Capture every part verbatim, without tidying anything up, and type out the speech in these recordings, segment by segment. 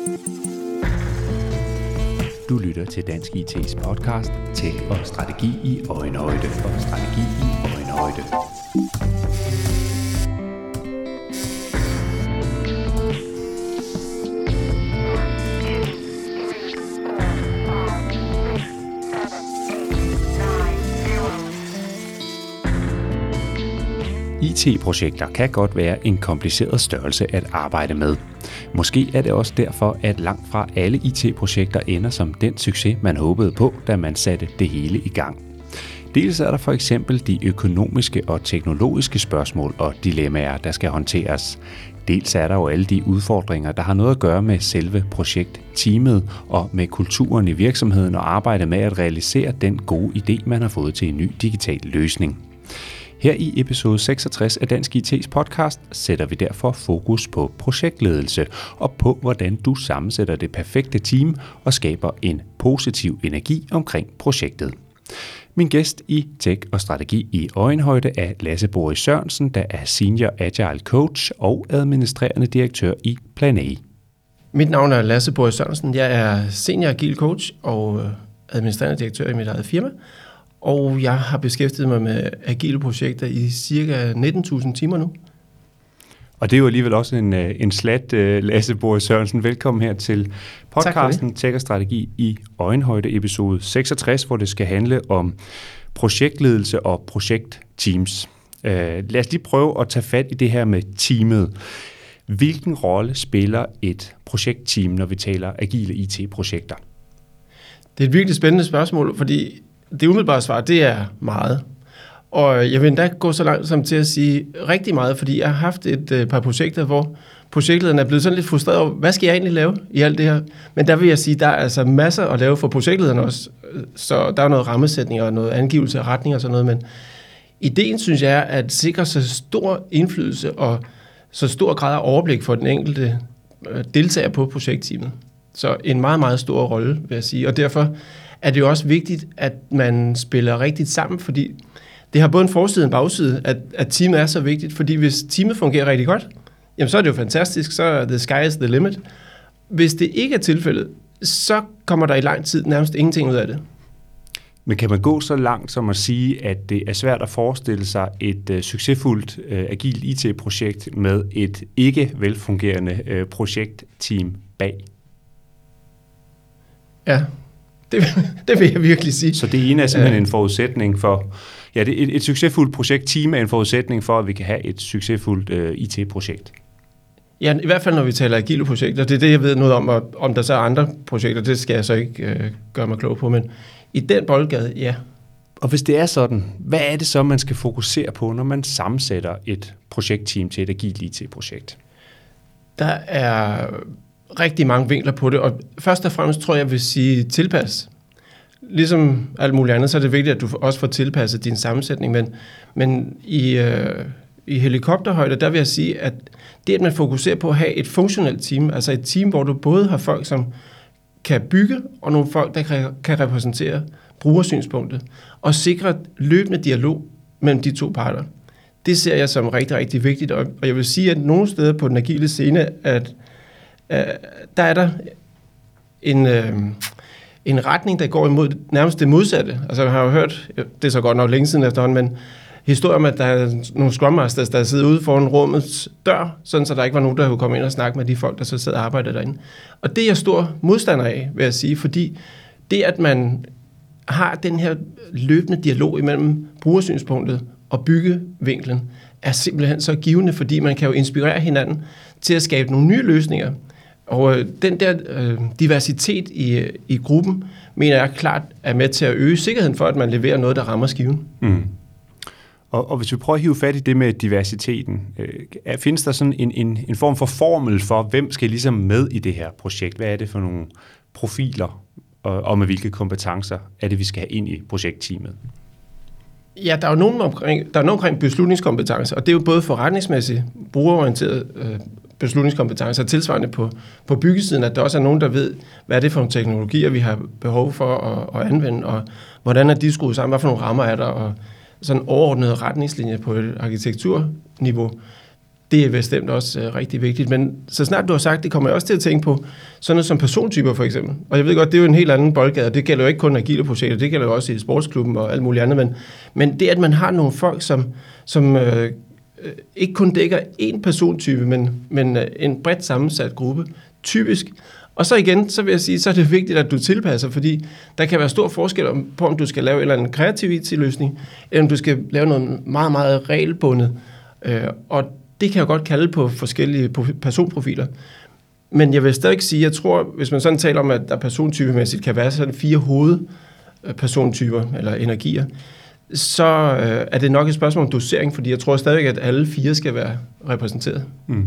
Du lytter til Dansk I T's podcast, Tech og Strategi i Øjenhøjde. Og Strategi i Øjenhøjde. I T-projekter kan godt være en kompliceret størrelse at arbejde med. Måske er det også derfor, at langt fra alle I T-projekter ender som den succes, man håbede på, da man satte det hele i gang. Dels er der for eksempel de økonomiske og teknologiske spørgsmål og dilemmaer, der skal håndteres. Dels er der jo alle de udfordringer, der har noget at gøre med selve projektteamet og med kulturen i virksomheden og arbejde med at realisere den gode idé, man har fået til en ny digital løsning. Her i episode seksogtres af Dansk I T's podcast sætter vi derfor fokus på projektledelse og på, hvordan du sammensætter det perfekte team og skaber en positiv energi omkring projektet. Min gæst i Tech og Strategi i Øjenhøjde er Lasse Boris Sørensen, der er Senior Agile Coach og administrerende direktør i Plan A. Mit navn er Lasse Boris Sørensen. Jeg er Senior Agile Coach og administrerende direktør i mit eget firma. Og jeg har beskæftiget mig med agile projekter i cirka nitten tusind timer nu. Og det er jo alligevel også en, en slat, Lasse Boris Sørensen. Velkommen her til podcasten Tech og Strategi i Øjenhøjde, episode seksogtres, hvor det skal handle om projektledelse og projektteams. Uh, lad os lige prøve at tage fat i det her med teamet. Hvilken rolle spiller et projektteam, når vi taler agile I T-projekter? Det er et virkelig spændende spørgsmål, fordi det umiddelbare svar, det er meget. Og jeg vil endda gå så langt som til at sige rigtig meget, fordi jeg har haft et øh, par projekter, hvor projektlederen er blevet sådan lidt frustreret over, hvad skal jeg egentlig lave i alt det her? Men der vil jeg sige, der er altså masser at lave for projektlederen også. Så der er noget rammesætning og noget angivelse af retning og sådan noget, men ideen, synes jeg, er at sikre så stor indflydelse og så stor grad af overblik for den enkelte øh, deltager på projektteamet. Så en meget, meget stor rolle, vil jeg sige. Og derfor er det jo også vigtigt, at man spiller rigtigt sammen, fordi det har både en forside og en bagside, at, at teamet er så vigtigt, fordi hvis teamet fungerer rigtig godt, jamen så er det jo fantastisk, så er the sky is the limit. Hvis det ikke er tilfældet, så kommer der i lang tid nærmest ingenting ud af det. Men kan man gå så langt som at sige, at det er svært at forestille sig et uh, succesfuldt uh, agilt I T-projekt med et ikke velfungerende uh, projektteam bag? Ja. Det, det vil jeg virkelig sige. Så det ene er simpelthen en forudsætning for, ja, det, et, et succesfuldt projektteam er en forudsætning for, at vi kan have et succesfuldt uh, I T-projekt. Ja, i hvert fald når vi taler agile projekter, det er det, jeg ved noget om, og om der så er andre projekter, det skal jeg så ikke uh, gøre mig klog på, men i den boldgade, ja. Og hvis det er sådan, hvad er det så, man skal fokusere på, når man sammensætter et projektteam til et agilt I T-projekt? Der er rigtig mange vinkler på det, og først og fremmest tror jeg, jeg vil sige tilpas. Ligesom alt muligt andet, så er det vigtigt, at du også får tilpasset din sammensætning, men, men i, øh, i helikopterhøjde, der vil jeg sige, at det, at man fokuserer på at have et funktionelt team, altså et team, hvor du både har folk, som kan bygge, og nogle folk, der kan, kan repræsentere brugersynspunktet, og sikre løbende dialog mellem de to parter. Det ser jeg som rigtig, rigtig vigtigt, og jeg vil sige, at nogle steder på den agile scene, at Uh, der er der en, uh, en retning, der går imod nærmest det modsatte. Altså, jeg har jo hørt, det er så godt nok længe siden efterhånden, men historier om, at der er nogle Scrum Masters, der sidder ude foran rummets dør, sådan så der ikke var nogen, der kunne komme ind og snakke med de folk, der så sidder og arbejder derinde. Og det er jeg stor modstander af, vil jeg sige, fordi det, at man har den her løbende dialog imellem brugersynspunktet og byggevinklen, er simpelthen så givende, fordi man kan jo inspirere hinanden til at skabe nogle nye løsninger. Og øh, den der øh, diversitet i, i gruppen, mener jeg klart er med til at øge sikkerheden for, at man leverer noget, der rammer skiven. Mm. Og, og hvis vi prøver at hive fat i det med diversiteten, øh, findes der sådan en, en, en form for formel for, hvem skal ligesom med i det her projekt? Hvad er det for nogle profiler, og, og med hvilke kompetencer er det, vi skal have ind i projektteamet? Ja, der er jo nogen omkring, der er nogen omkring beslutningskompetencer, og det er jo både forretningsmæssigt, brugerorienteret øh, beslutningskompetencer, tilsvarende på, på byggesiden, at der også er nogen, der ved, hvad er det for nogle teknologier, vi har behov for at, at anvende, og hvordan er de skruet sammen, hvad for nogle rammer er der, og sådan overordnede retningslinjer på et arkitekturniveau. Det er bestemt også øh, rigtig vigtigt, men så snart du har sagt det, kommer jeg også til at tænke på sådan noget som persontyper for eksempel. Og jeg ved godt, det er jo en helt anden boldgade, det gælder jo ikke kun agile projekter, det gælder jo også i sportsklubben og alt muligt andet, men, men det at man har nogle folk, som, som øh, ikke kun dækker én persontype, men, men øh, en bredt sammensat gruppe, typisk. Og så igen, så vil jeg sige, så er det vigtigt, at du tilpasser, fordi der kan være stor forskel på, om du skal lave en eller anden kreativ I T-løsning, eller om du skal lave noget meget, meget regelbundet. Øh, og det kan jeg godt kalde på forskellige personprofiler. Men jeg vil stadig sige, jeg tror, hvis man sådan taler om, at der persontypemæssigt kan være sådan fire hovedpersontyper eller energier, så øh, er det nok et spørgsmål om dosering, fordi jeg tror stadig, at alle fire skal være repræsenteret. Mm.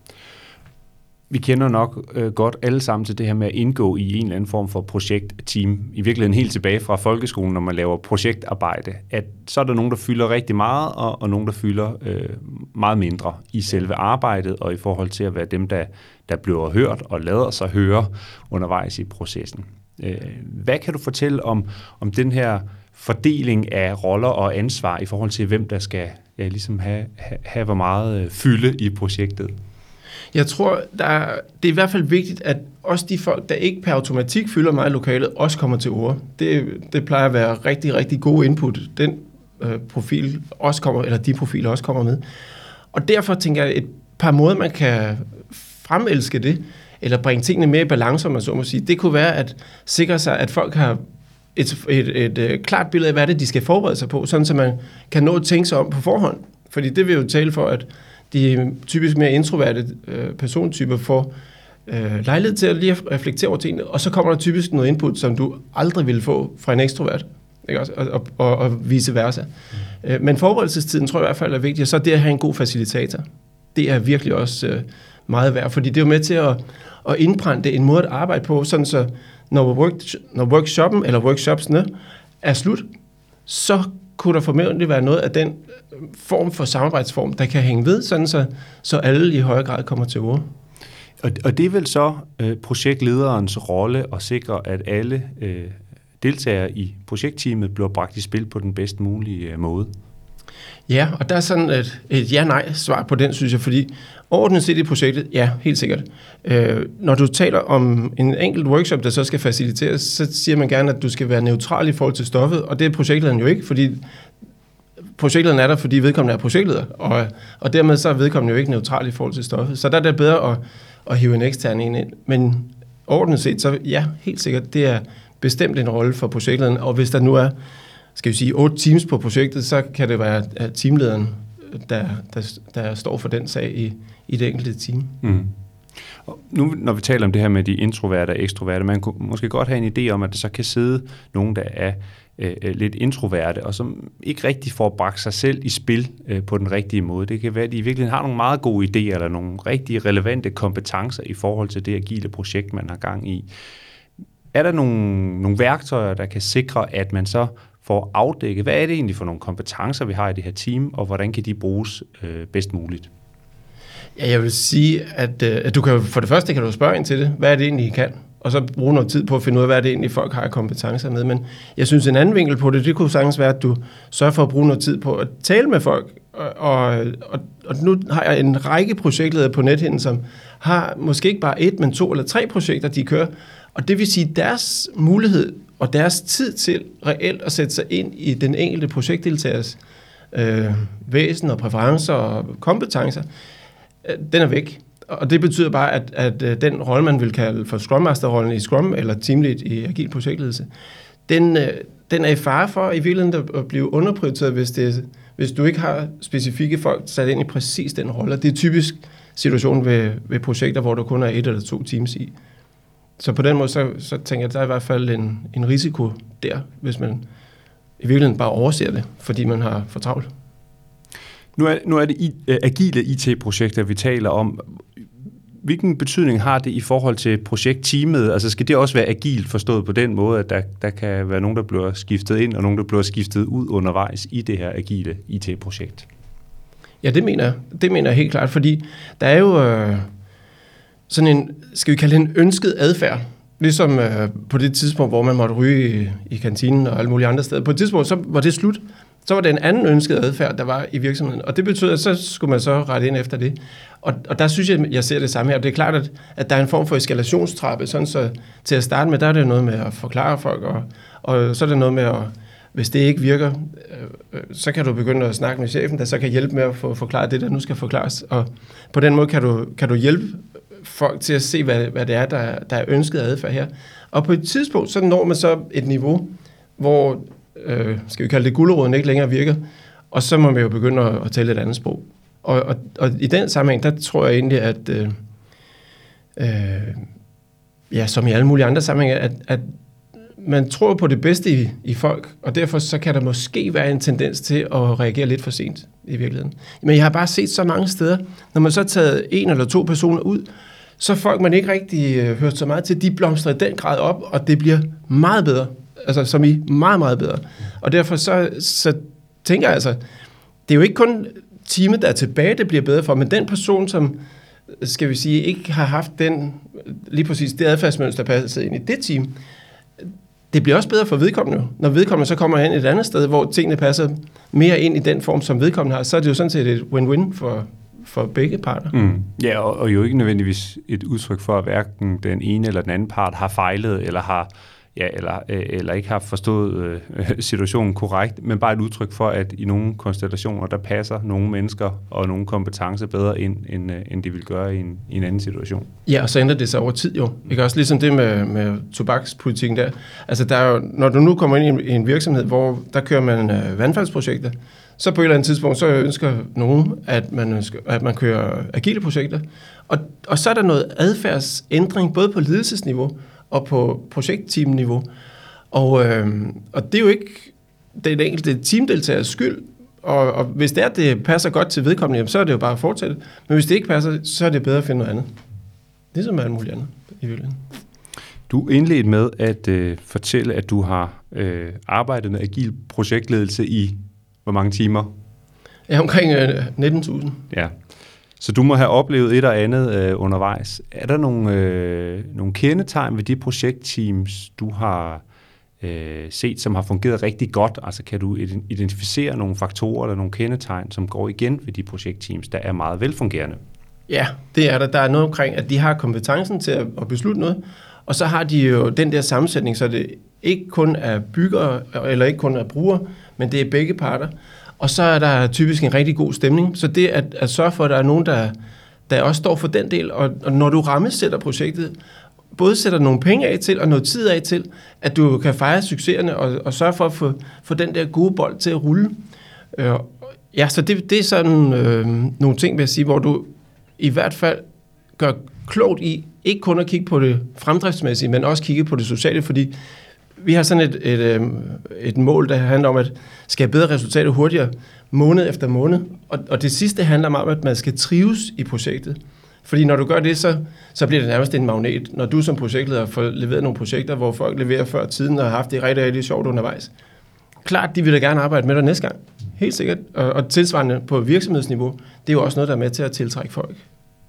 Vi kender nok øh, godt alle sammen til det her med at indgå i en eller anden form for projektteam. I virkeligheden helt tilbage fra folkeskolen, når man laver projektarbejde, at så er der nogen, der fylder rigtig meget, og, og nogen, der fylder øh, meget mindre i selve arbejdet, og i forhold til at være dem, der, der bliver hørt og lader sig høre undervejs i processen. Øh, hvad kan du fortælle om, om den her fordeling af roller og ansvar i forhold til, hvem der skal ja, ligesom have, have, have hvor meget fylde i projektet? Jeg tror, der er, det er i hvert fald vigtigt, at også de folk, der ikke per automatik fylder meget i lokalet, også kommer til ord. Det, det plejer at være rigtig, rigtig gode input. Den øh, profil også kommer, eller de profiler også kommer med. Og derfor tænker jeg, et par måder, man kan fremelske det, eller bringe tingene mere i balance, om man så må sige, det kunne være at sikre sig, at folk har et, et, et, et klart billede af, hvad det er, de skal forberede sig på, sådan så man kan nå at tænke sig om på forhånd. Fordi det vil jo tale for, at de typisk mere introverte øh, persontyper får øh, lejlighed til at lige reflektere over tingene, og så kommer der typisk noget input, som du aldrig ville få fra en ekstrovert, ikke også? Og, og, og, og vice versa. Mm. Øh, men forberedelsestiden tror jeg i hvert fald er vigtig, og så det at have en god facilitator, det er virkelig også øh, meget værd, fordi det er jo med til at, at indprænte en måde at arbejde på, sådan så når, work, når workshoppen eller workshopsene er slut, så kunne der formentlig være noget af den form for samarbejdsform, der kan hænge ved, sådan så, så alle i højere grad kommer til ord. Og, og det er vel så øh, projektlederens rolle at sikre, at alle øh, deltagere i projektteamet bliver bragt i spil på den bedst mulige øh, måde? Ja, og der er sådan et, et ja-nej-svar på den, synes jeg, fordi overordnet set i projektet, ja, helt sikkert. Øh, når du taler om en enkelt workshop, der så skal faciliteres, så siger man gerne, at du skal være neutral i forhold til stoffet, og det er projektlederen jo ikke, fordi projektlederen er der, fordi vedkommende er projektleder, og, og dermed så er vedkommende jo ikke neutral i forhold til stoffet. Så der er det bedre at, at hive en ekstern en ind. Men overordnet set, så ja, helt sikkert, det er bestemt en rolle for projektlederen, og hvis der nu er skal vi sige, otte teams på projektet, så kan det være at teamlederen, der, der, der står for den sag i, i det enkelte team. Mm. Og nu, når vi taler om det her med de introverte og ekstroverte, man kunne måske godt have en idé om, at der så kan sidde nogen, der er øh, lidt introverte, og som ikke rigtig får bragt sig selv i spil øh, på den rigtige måde. Det kan være, at de i virkeligheden har nogle meget gode idéer, eller nogle rigtig relevante kompetencer i forhold til det agile projekt, man har gang i. Er der nogle, nogle værktøjer, der kan sikre, at man så for at afdække, hvad er det egentlig for nogle kompetencer, vi har i det her team, og hvordan kan de bruges øh, bedst muligt? Ja, jeg vil sige, at, at du kan for det første kan du spørge ind til det, hvad er det egentlig, I kan, og så bruge noget tid på at finde ud af, hvad er det egentlig, folk har kompetencer med. Men jeg synes, en anden vinkel på det, det kunne sagtens være, at du sørger for at bruge noget tid på at tale med folk. Og, og, og, og nu har jeg en række projektledere på nethinden, som har måske ikke bare et, men to eller tre projekter, de kører. Og det vil sige, deres mulighed og deres tid til reelt at sætte sig ind i den enkelte projektdeltagers øh, væsen og præferencer og kompetencer, øh, den er væk. Og det betyder bare, at, at øh, den rolle, man vil kalde for Scrum Master-rollen i Scrum, eller Teamlead i agil projektledelse, den, øh, den er i fare for i virkeligheden at blive underprioriteret, hvis, det, hvis du ikke har specifikke folk sat ind i præcis den rolle. Det er typisk situationen ved, ved projekter, hvor der kun er et eller to teams i. Så på den måde, så, så tænker jeg, at der er i hvert fald en, en risiko der, hvis man i virkeligheden bare overser det, fordi man har for travlt. Nu er, nu er det i, uh, agile I T-projekter, vi taler om. Hvilken betydning har det i forhold til projektteamet? Altså skal det også være agilt forstået på den måde, at der, der kan være nogen, der bliver skiftet ind, og nogen, der bliver skiftet ud undervejs i det her agile I T-projekt? Ja, det mener jeg. Det mener jeg helt klart, fordi der er jo... Øh sådan en, skal vi kalde det en ønsket adfærd Ligesom øh, på det tidspunkt, hvor man måtte ryge i, i kantinen og alle mulige andre steder. På et tidspunkt, så var det slut. Så var det en anden ønsket adfærd, der var i virksomheden. Og det betyder, at så skulle man så rette ind efter det. Og, og der synes jeg, jeg ser det samme her. Det er klart, at, at der er en form for eskalationstrappe. Sådan så til at starte med, der er det noget med at forklare folk. Og, og så er det noget med, at hvis det ikke virker, øh, så kan du begynde at snakke med chefen, der så kan hjælpe med at få forklaret det, der nu skal forklares. Og på den måde kan du, kan du hjælpe folk til at se, hvad, hvad det er, der, der er ønsket adfærd her. Og på et tidspunkt, så når man så et niveau, hvor, øh, skal vi kalde det guleroden, ikke længere virker, og så må man jo begynde at, at tale et andet sprog. Og, og, og i den sammenhæng, der tror jeg egentlig, at øh, øh, ja, som i alle mulige andre sammenhænge, at, at man tror på det bedste i, i folk, og derfor så kan der måske være en tendens til at reagere lidt for sent i virkeligheden. Men jeg har bare set så mange steder, når man så har taget en eller to personer ud, så folk, man ikke rigtig øh, hørt så meget til, de blomstrer i den grad op, og det bliver meget bedre. Altså som i meget, meget bedre. Og derfor så, så tænker jeg altså, det er jo ikke kun teamet, der er tilbage, det bliver bedre for, men den person, som, skal vi sige, ikke har haft den, lige præcis det adfærdsmønster, der passer ind i det team, det bliver også bedre for vedkommende. Når vedkommende så kommer hen et andet sted, hvor tingene passer mere ind i den form, som vedkommende har, så er det jo sådan set et win-win for, for begge parter. Mm. Ja, og, og jo ikke nødvendigvis et udtryk for, at hverken den ene eller den anden part har fejlet, eller har ja, eller, eller ikke har forstået øh, situationen korrekt, men bare et udtryk for, at i nogle konstellationer, der passer nogle mennesker og nogle kompetencer bedre ind, end, end de vil gøre i en, i en anden situation. Ja, og så ændrer det sig over tid jo. Ikke også ligesom det med, med tobakspolitikken der. Altså, der er jo, når du nu kommer ind i en virksomhed, hvor der kører man øh, vandfaldsprojekter, så på et eller andet tidspunkt, så ønsker nogen, at man, ønsker, at man kører agile projekter. Og, og så er der noget adfærdsændring, både på ledelsesniveau og på projektteamniveau. Og, øh, og det er jo ikke den enkelte teamdeltagers skyld, og, og hvis det er, at det passer godt til vedkommende, jamen, så er det jo bare at fortsætte. Men hvis det ikke passer, så er det bedre at finde noget andet. Det er som alt muligt andet i virkeligheden. Du indledte med at øh, fortælle, at du har øh, arbejdet med agil projektledelse i hvor mange timer? Ja, omkring øh, nitten tusind. Ja. Så du må have oplevet et og andet øh, undervejs. Er der nogle, øh, nogle kendetegn ved de projektteams, du har øh, set, som har fungeret rigtig godt? Altså kan du identificere nogle faktorer eller nogle kendetegn, som går igen ved de projektteams, der er meget velfungerende? Ja, det er der. Der er noget omkring, at de har kompetencen til at, at beslutte noget, og så har de jo den der sammensætning, så det ikke kun er byggere, eller ikke kun er brugere, men det er begge parter. Og så er der typisk en rigtig god stemning. Så det at, at sørge for, at der er nogen, der, der også står for den del, og, og når du rammesætter projektet, både sætter nogle penge af til, og noget tid af til, at du kan fejre succeserne, og, og sørge for at få, få den der gode bold til at rulle. Øh, ja, så det, det er sådan øh, nogle ting, vil jeg sige, hvor du i hvert fald gør klogt i, ikke kun at kigge på det fremdriftsmæssige, men også kigge på det sociale, fordi vi har sådan et, et, et mål, der handler om at skabe bedre resultater hurtigere, måned efter måned. Og, og det sidste handler om, at man skal trives i projektet. Fordi når du gør det, så, så bliver det nærmest en magnet. Når du som projektleder får leveret nogle projekter, hvor folk leverer før tiden og har haft det rigtig, rigtig sjovt undervejs. Klart, de vil da gerne arbejde med dig næste gang. Helt sikkert. Og, og tilsvarende på virksomhedsniveau, det er jo også noget, der er med til at tiltrække folk.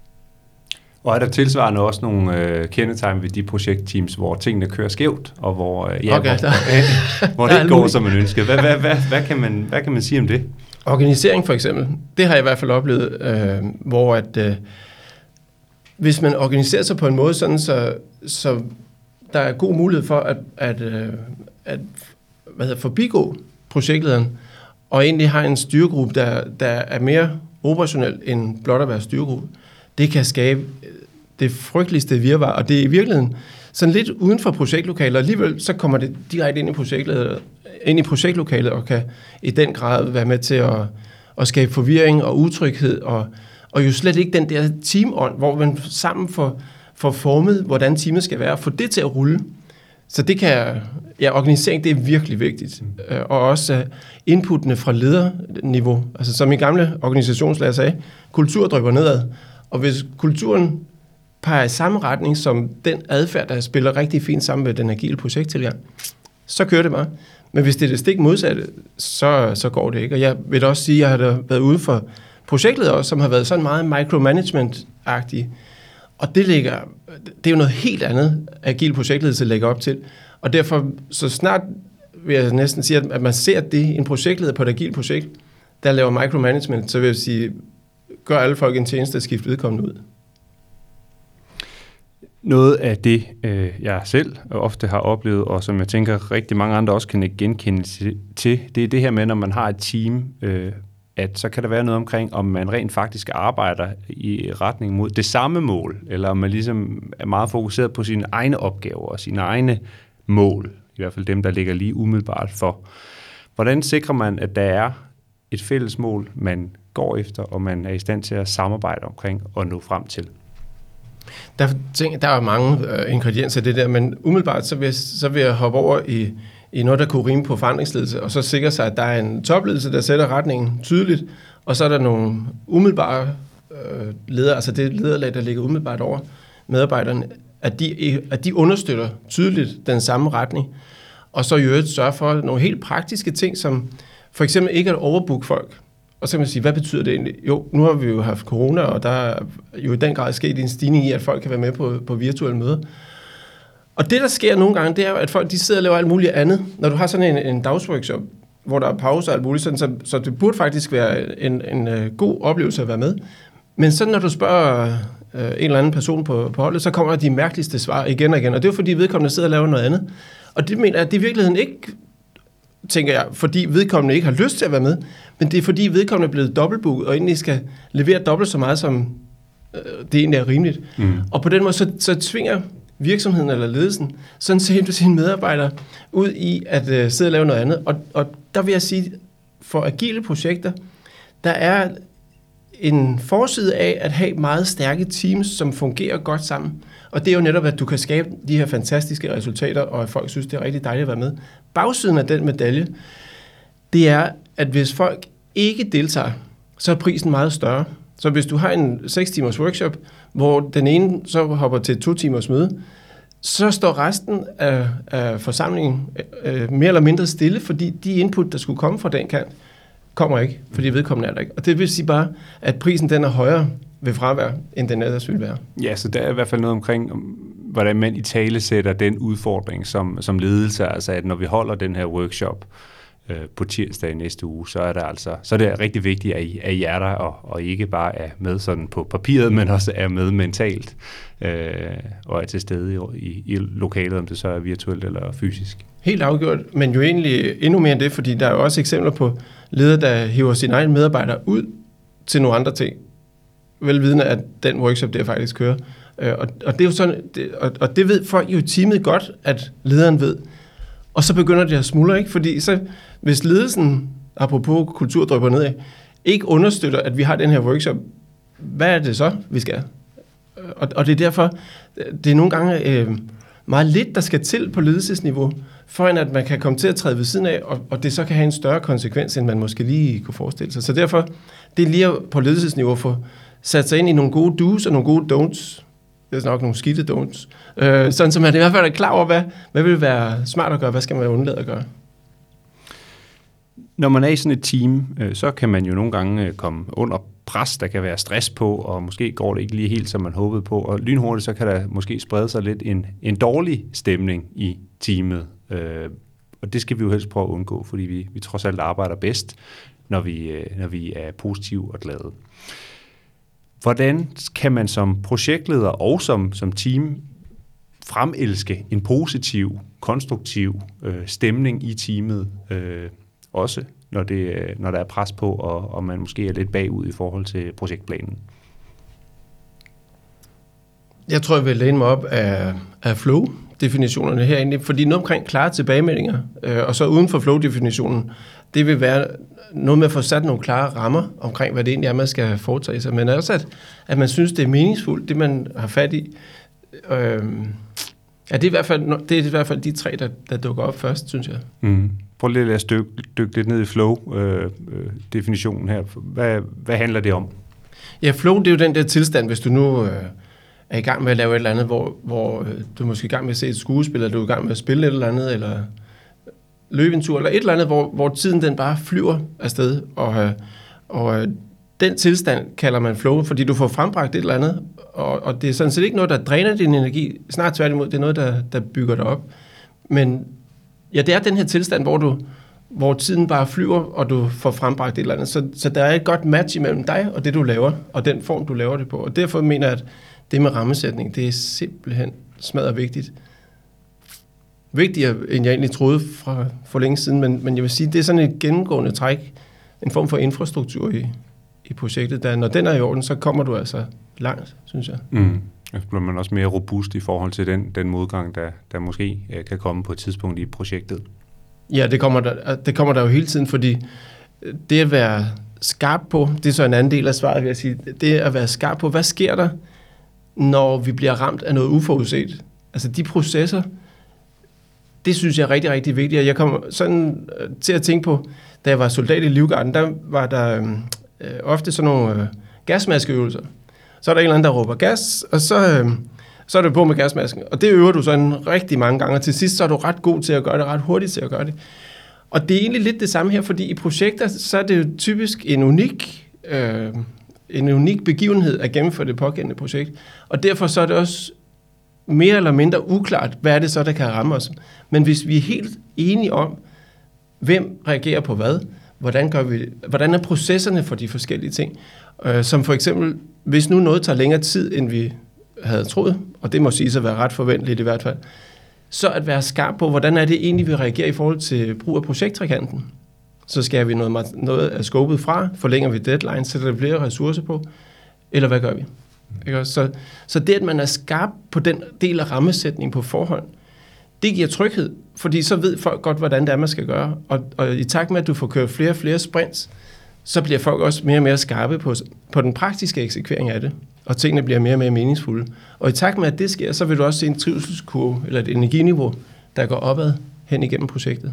Og er der tilsvarende også nogle øh, kendetegn ved de projektteams, hvor tingene kører skævt, og hvor, øh, ja, okay, hvor, hvor, hvor det ikke går, som man ønsker? Hvad, hvad, hvad, hvad, kan man, hvad kan man sige om det? Organisering for eksempel, det har jeg i hvert fald oplevet, øh, hvor at, øh, hvis man organiserer sig på en måde, sådan så, så der er god mulighed for at, at, øh, at hvad hedder, forbigå projektlederen, og egentlig har en styregruppe, der, der er mere operationel end blot at være styregruppe. Det kan skabe det frygteligste virvar, og det er i virkeligheden sådan lidt uden for projektlokalet, og alligevel så kommer det direkte ind i projektlokalet, ind i projektlokalet og kan i den grad være med til at, at skabe forvirring og utryghed, og, og jo slet ikke den der teamånd, hvor man sammen får, får formet, hvordan teamet skal være, og få det til at rulle. Så det kan, ja, organisering, det er virkelig vigtigt. Mm. Og også inputtene fra lederniveau. Altså som min gamle organisationslærer sagde, kultur drypper nedad. Og hvis kulturen peger i samme retning som den adfærd, der spiller rigtig fint sammen med den agile projekttilgang, så kører det bare. Men hvis det er det stik modsatte, så, så går det ikke. Og jeg vil også sige, at jeg har været ude for projektleder også, som har været sådan meget micromanagement-agtige. Og det, ligger, det er jo noget helt andet, agil projektledelse lægger op til. Og derfor, så snart vil jeg næsten sige, at man ser det, en projektleder på et agilt projekt, der laver micromanagement, så vil jeg sige, gør alle folk en tjeneste at skifte vedkommende ud. Noget af det, øh, jeg selv ofte har oplevet, og som jeg tænker rigtig mange andre også kan genkende til, det er det her med, når man har et team, øh, at så kan der være noget omkring, om man rent faktisk arbejder i retning mod det samme mål, eller om man ligesom er meget fokuseret på sine egne opgaver og sine egne mål, i hvert fald dem, der ligger lige umiddelbart for. Hvordan sikrer man, at der er et fælles mål, man går efter, og man er i stand til at samarbejde omkring og nå frem til? Der, der er mange øh, ingredienser i det der, men umiddelbart så vil, jeg, så vil jeg hoppe over i, i noget, der kunne rime på forandringsledelse, og så sikre sig, at der er en topledelse, der sætter retningen tydeligt, og så er der nogle umiddelbare øh, ledere, altså det lederlag, der ligger umiddelbart over medarbejderne, at de, at de understøtter tydeligt den samme retning, og så i øvrigt sørge for nogle helt praktiske ting, som for eksempel ikke at overbooke folk. Og så kan man sige, hvad betyder det egentlig? Jo, nu har vi jo haft corona, og der er jo i den grad sket en stigning i, at folk kan være med på, på virtuelle møder. Og det, der sker nogle gange, det er jo, at folk de sidder og laver alt muligt andet. Når du har sådan en, en dagsworkshop, hvor der er pause og alt muligt, sådan, så, så det burde faktisk være en, en, en god oplevelse at være med. Men så når du spørger øh, en eller anden person på, på holdet, så kommer der de mærkeligste svar igen og igen. Og det er jo fordi vedkommende sidder og laver noget andet. Og det mener jeg, at det i virkeligheden ikke, tænker jeg, fordi vedkommende ikke har lyst til at være med, men det er fordi vedkommende er blevet dobbeltbooket, og egentlig skal levere dobbelt så meget, som øh, det egentlig er rimeligt. Mm. Og på den måde, så, så tvinger virksomheden eller ledelsen sådan set sine medarbejdere ud i at øh, sidde og lave noget andet. Og, og der vil jeg sige, for agile projekter, der er en forside af at have meget stærke teams, som fungerer godt sammen. Og det er jo netop, at du kan skabe de her fantastiske resultater, og at folk synes, det er rigtig dejligt at være med. Bagsiden af den medalje, det er, at hvis folk ikke deltager, så er prisen meget større. Så hvis du har en seks timers workshop, hvor den ene så hopper til et to timers møde, så står resten af, af forsamlingen øh, mere eller mindre stille, fordi de input, der skulle komme fra den kant, kommer ikke, fordi vedkommende er der ikke. Og det vil sige bare, at prisen den er højere ved fravær, end den ellers ville være. Ja, så der er i hvert fald noget omkring, hvordan man i tale sætter den udfordring som, som ledelse, altså at når vi holder den her workshop øh, på tirsdag i næste uge, så er, der altså, så er det rigtig vigtigt, at I, at I er der, og, og ikke bare er med sådan på papiret, men også er med mentalt, øh, og er til stede i, i, i lokalet, om det så er virtuelt eller fysisk. Helt afgjort, men jo egentlig endnu mere end det, fordi der er jo også eksempler på ledere, der hiver sine egne medarbejdere ud til nogle andre ting, velvidende, at den workshop, der faktisk kører. Og, og, det er jo sådan, det, og, og det ved folk jo i teamet godt, at lederen ved. Og så begynder det at smuldre, ikke? Fordi så, hvis ledelsen, apropos kultur drypper nedad, ikke understøtter, at vi har den her workshop, hvad er det så, vi skal? Og, og det er derfor, det er nogle gange øh, meget lidt, der skal til på ledelsesniveau, for at man kan komme til at træde ved siden af, og, og det så kan have en større konsekvens, end man måske lige kunne forestille sig. Så derfor, det er lige på ledelsesniveau for sat sig ind i nogle gode do's og nogle gode don'ts. Det er nok nogle skidte don'ts. Øh, sådan så man i hvert fald er klar over, hvad, hvad vil være smart at gøre, hvad skal man undlade at gøre. Når man er i sådan et team, øh, så kan man jo nogle gange komme under pres, der kan være stress på, og måske går det ikke lige helt, som man håbede på. Og lynhurtigt, så kan der måske sprede sig lidt en, en dårlig stemning i teamet. Øh, og det skal vi jo helst prøve at undgå, fordi vi, vi trods alt arbejder bedst, når vi, øh, når vi er positive og glade. Hvordan kan man som projektleder og som, som team fremelske en positiv, konstruktiv øh, stemning i teamet, øh, også når, det, når der er pres på, og, og man måske er lidt bagud i forhold til projektplanen? Jeg tror, jeg vil læne mig op af, af flow-definitionerne herinde, fordi noget omkring klare tilbagemeldinger, øh, og så uden for flow-definitionen, det vil være noget med at få sat nogle klare rammer omkring, hvad det egentlig er, man skal foretage sig, men også, at, at man synes, det er meningsfuldt, det man har fat i. Øh, ja, det er, i hvert fald, det er i hvert fald de tre, der, der dukker op først, synes jeg. Mm. Prøv lige at dykke, dykke lidt ned i flow-definitionen øh, her. Hvad, hvad handler det om? Ja, flow, det er jo den der tilstand, hvis du nu øh, er i gang med at lave et eller andet, hvor, hvor øh, du er måske i gang med at se et skuespil, eller du er i gang med at spille et eller andet, eller løbe en tur, eller et eller andet, hvor, hvor tiden den bare flyver afsted. Og, øh, og øh, den tilstand kalder man flow, fordi du får frembragt et eller andet, og, og det er sådan set ikke noget, der dræner din energi, snart tværtimod, det er noget, der, der bygger dig op. Men ja, det er den her tilstand, hvor du hvor tiden bare flyver, og du får frembragt et eller andet. Så, så der er et godt match imellem dig og det, du laver, og den form, du laver det på. Og derfor mener jeg, at det med rammesætning, det er simpelthen smadret vigtigt. Vigtigere, end jeg egentlig troede fra, for længe siden, men, men jeg vil sige, det er sådan et gennemgående træk, en form for infrastruktur i, i projektet, der når den er i orden, så kommer du altså langt, synes jeg. Mm. Så bliver man også mere robust i forhold til den, den modgang, der, der måske kan komme på et tidspunkt i projektet. Ja, det kommer, der, det kommer der jo hele tiden, fordi det at være skarp på, det er så en anden del af svaret, vil jeg sige, det at være skarp på, hvad sker der, når vi bliver ramt af noget uforudset? Altså de processer, det synes jeg er rigtig, rigtig vigtigt. Jeg kommer sådan til at tænke på, da jeg var soldat i Livgarden, der var der øh, ofte sådan nogle øh, gasmaskeøvelser. Så er der en eller anden, der råber gas, og så, øh, så er du på med gasmasken. Og det øver du sådan rigtig mange gange, og til sidst så er du ret god til at gøre det, ret hurtigt til at gøre det. Og det er egentlig lidt det samme her, fordi i projekter, så er det jo typisk en unik, øh, en unik begivenhed at gennemføre det pågældende projekt. Og derfor så er det også mere eller mindre uklart, hvad er det så, der kan ramme os. Men hvis vi er helt enige om, hvem reagerer på hvad, hvordan, gør vi, hvordan er processerne for de forskellige ting, øh, som for eksempel, hvis nu noget tager længere tid, end vi havde troet, og det må siges at være ret forventeligt i hvert fald, så at være skarp på, hvordan er det egentlig, vi reagerer i forhold til brug af projekttrekanten. Så skærer vi noget, noget af scopet fra, forlænger vi deadline, sætter der flere ressourcer på, eller hvad gør vi? Ikke? Så, så det, at man er skarp på den del af rammesætning på forhånd, det giver tryghed, fordi så ved folk godt, hvordan det er, man skal gøre. Og, og i takt med, at du får kørt flere og flere sprints, så bliver folk også mere og mere skarpe på, på den praktiske eksekvering af det, og tingene bliver mere og mere meningsfulde. Og i takt med, at det sker, så vil du også se en trivselskurve, eller et energiniveau, der går opad hen igennem projektet.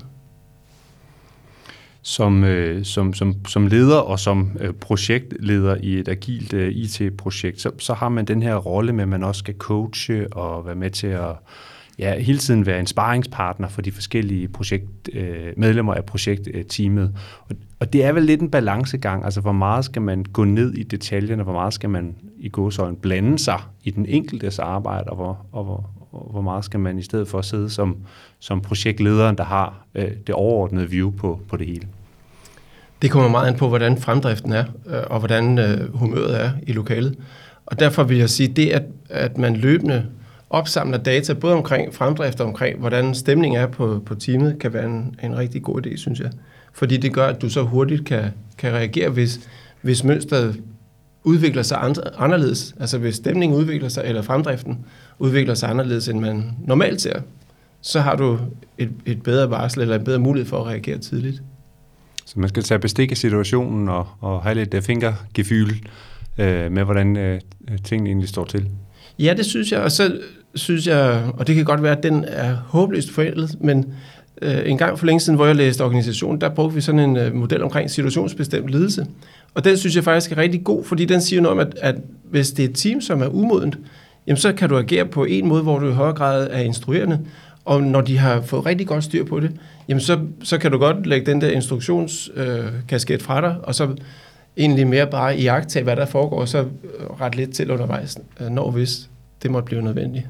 Som, øh, som, som, som leder og som øh, projektleder i et agilt øh, I T-projekt, så, så har man den her rolle med, at man også skal coache og være med til at ja, hele tiden være en sparringspartner for de forskellige projekt, øh, medlemmer af projektteamet. Og, og det er vel lidt en balancegang, altså hvor meget skal man gå ned i detaljerne, hvor meget skal man i gåseøjne blande sig i den enkeltes arbejde, og hvor, og hvor, og hvor meget skal man i stedet for sidde som, som projektlederen, der har øh, det overordnede view på, på det hele. Det kommer meget an på, hvordan fremdriften er, øh, og hvordan øh, humøret er i lokalet. Og derfor vil jeg sige, det at, at man løbende opsamler data, både omkring fremdrift og omkring, hvordan stemningen er på, på teamet, kan være en, en rigtig god idé, synes jeg. Fordi det gør, at du så hurtigt kan, kan reagere, hvis, hvis mønstret udvikler sig andre, anderledes. Altså hvis stemningen udvikler sig, eller fremdriften udvikler sig anderledes, end man normalt ser, så har du et, et bedre varsel, eller en bedre mulighed for at reagere tidligt. Så man skal tage bestik af situationen og, og have lidt fingergefühl øh, med, hvordan øh, tingene egentlig står til. Ja, det synes jeg, og så synes jeg, og det kan godt være, at den er håbløst forældet, men øh, en gang for længe siden, hvor jeg læste organisation, der brugte vi sådan en øh, model omkring situationsbestemt ledelse. Og den synes jeg faktisk er rigtig god, fordi den siger noget om, at, at hvis det er et team, som er umodent, jamen så kan du agere på en måde, hvor du i højere grad er instruerende, og når de har fået rigtig godt styr på det, jamen så, så kan du godt lægge den der instruktionskasket øh, fra dig, og så egentlig mere bare iagttage, hvad der foregår, og så ret lidt til undervejs, når hvis det måtte blive nødvendigt.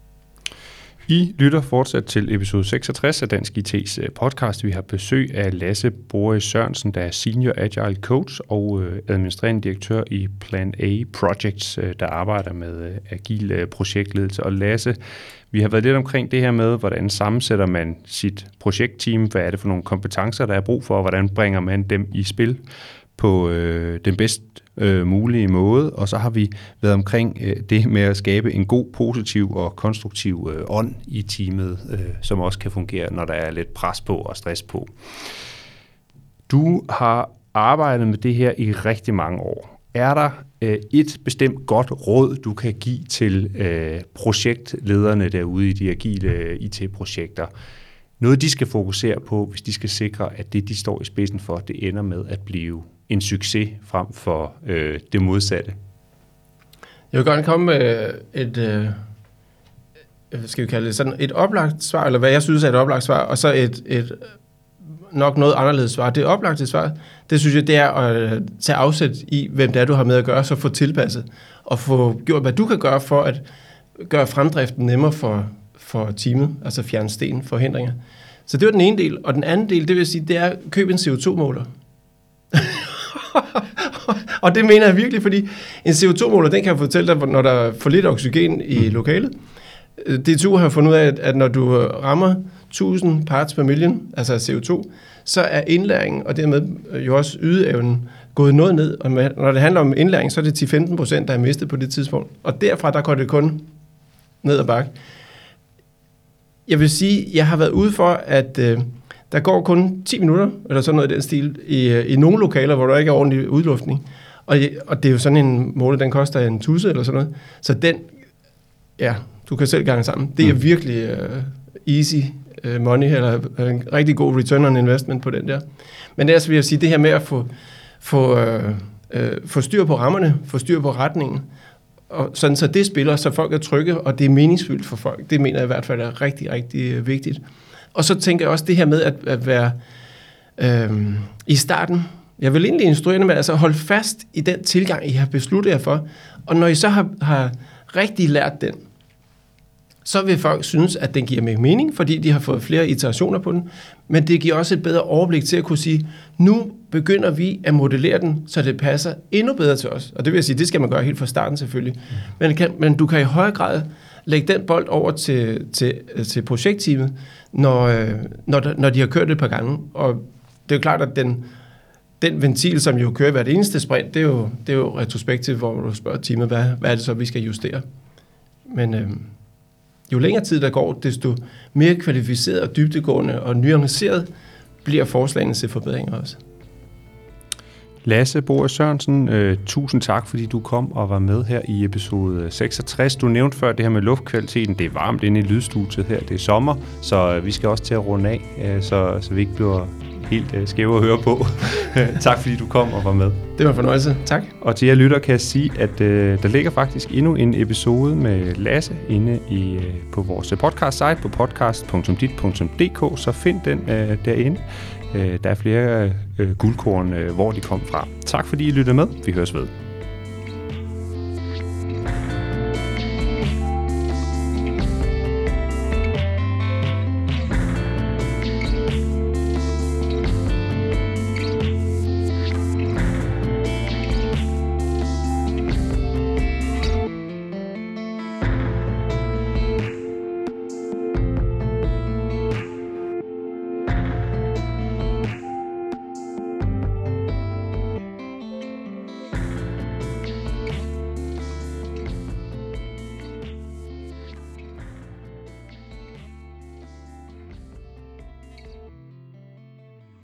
I lytter fortsat til episode seksogtres af Dansk I T's podcast. Vi har besøg af Lasse Boris Sørensen, der er Senior Agile Coach og administrerende direktør i Plan A Projects, der arbejder med agil projektledelse. Og Lasse, vi har været lidt omkring det her med, hvordan sammensætter man sit projektteam, hvad er det for nogle kompetencer, der er brug for, og hvordan bringer man dem i spil på øh, den bedst øh, mulige måde, og så har vi været omkring øh, det med at skabe en god, positiv og konstruktiv øh, ånd i teamet, øh, som også kan fungere, når der er lidt pres på og stress på. Du har arbejdet med det her i rigtig mange år. Er der øh, et bestemt godt råd, du kan give til øh, projektlederne derude i de agile I T-projekter? Noget, de skal fokusere på, hvis de skal sikre, at det, de står i spidsen for, det ender med at blive en succes frem for øh, det modsatte? Jeg vil gerne komme med et, øh, hvad skal vi kalde det, sådan et oplagt svar, eller hvad jeg synes er et oplagt svar, og så et, et nok noget anderledes svar. Det oplagte svar, det synes jeg, det er at tage afsæt i, hvem det er, du har med at gøre, så få tilpasset og få gjort, hvad du kan gøre for at gøre fremdriften nemmere for, for teamet, altså fjerne sten, forhindringer. Så det var den ene del. Og den anden del, det vil sige, det er køb en C O to måler. Og det mener jeg virkelig, fordi en C O to måler, den kan jeg fortælle dig, når der er for lidt oxygen i lokalet. D T U har fundet ud af, at når du rammer tusind parts per million, altså C O to, så er indlæringen, og dermed jo også ydeevnen, gået noget ned. Og når det handler om indlæring, så er det ti til femten procent, der er mistet på det tidspunkt. Og derfra, der går det kun ned ad bakke. Jeg vil sige, jeg har været ude for, at øh, der går kun ti minutter, eller sådan noget i den stil, i, i nogle lokaler, hvor der ikke er ordentlig udluftning. Og, og det er jo sådan en måler, den koster en tusse eller sådan noget. Så den, ja, du kan selv gange sammen. Det er mm. virkelig uh, easy uh, money, eller uh, en rigtig god return on investment på den der. Men ellers vil jeg sige, det her med at få, få, uh, uh, få styr på rammerne, få styr på retningen, og sådan så det spiller, så folk er trygge, og det er meningsfyldt for folk. Det mener jeg i hvert fald er rigtig, rigtig vigtigt. Og så tænker jeg også det her med at, at være øh, i starten. Jeg vil egentlig instruere med altså at holde fast i den tilgang, I har besluttet jer for. Og når I så har, har rigtig lært den, så vil folk synes, at den giver mere mening, fordi de har fået flere iterationer på den. Men det giver også et bedre overblik til at kunne sige, nu begynder vi at modellere den, så det passer endnu bedre til os. Og det vil jeg sige, det skal man gøre helt fra starten selvfølgelig. Mm. Men, kan, men du kan i højere grad lægge den bold over til, til, til projektteamet, når, når, der, når de har kørt det et par gange. Og det er jo klart, at den, den ventil, som jo kører hvert eneste sprint, det er jo, det er jo retrospektivt, hvor du spørger teamet, hvad, hvad er det så, vi skal justere. Men øh, jo længere tid der går, desto mere kvalificeret og dybdegående og nuanceret bliver forslagene til forbedringer også. Lasse Boris Sørensen, øh, tusind tak, fordi du kom og var med her i episode seksogtres. Du nævnte før det her med luftkvaliteten. Det er varmt inde i lydstudiet her. Det er sommer, så øh, vi skal også til at runde af, øh, så, så vi ikke bliver helt øh, skæve at høre på. Tak, fordi du kom og var med. Det var en fornøjelse. Tak. Og til jer lytter kan jeg sige, at øh, der ligger faktisk endnu en episode med Lasse inde i, øh, på vores podcast-site på podcast punktum dit punktum d k, så find den øh, derinde. Der er flere øh, guldkorn, øh, hvor de kom fra. Tak fordi I lyttede med. Vi høres ved.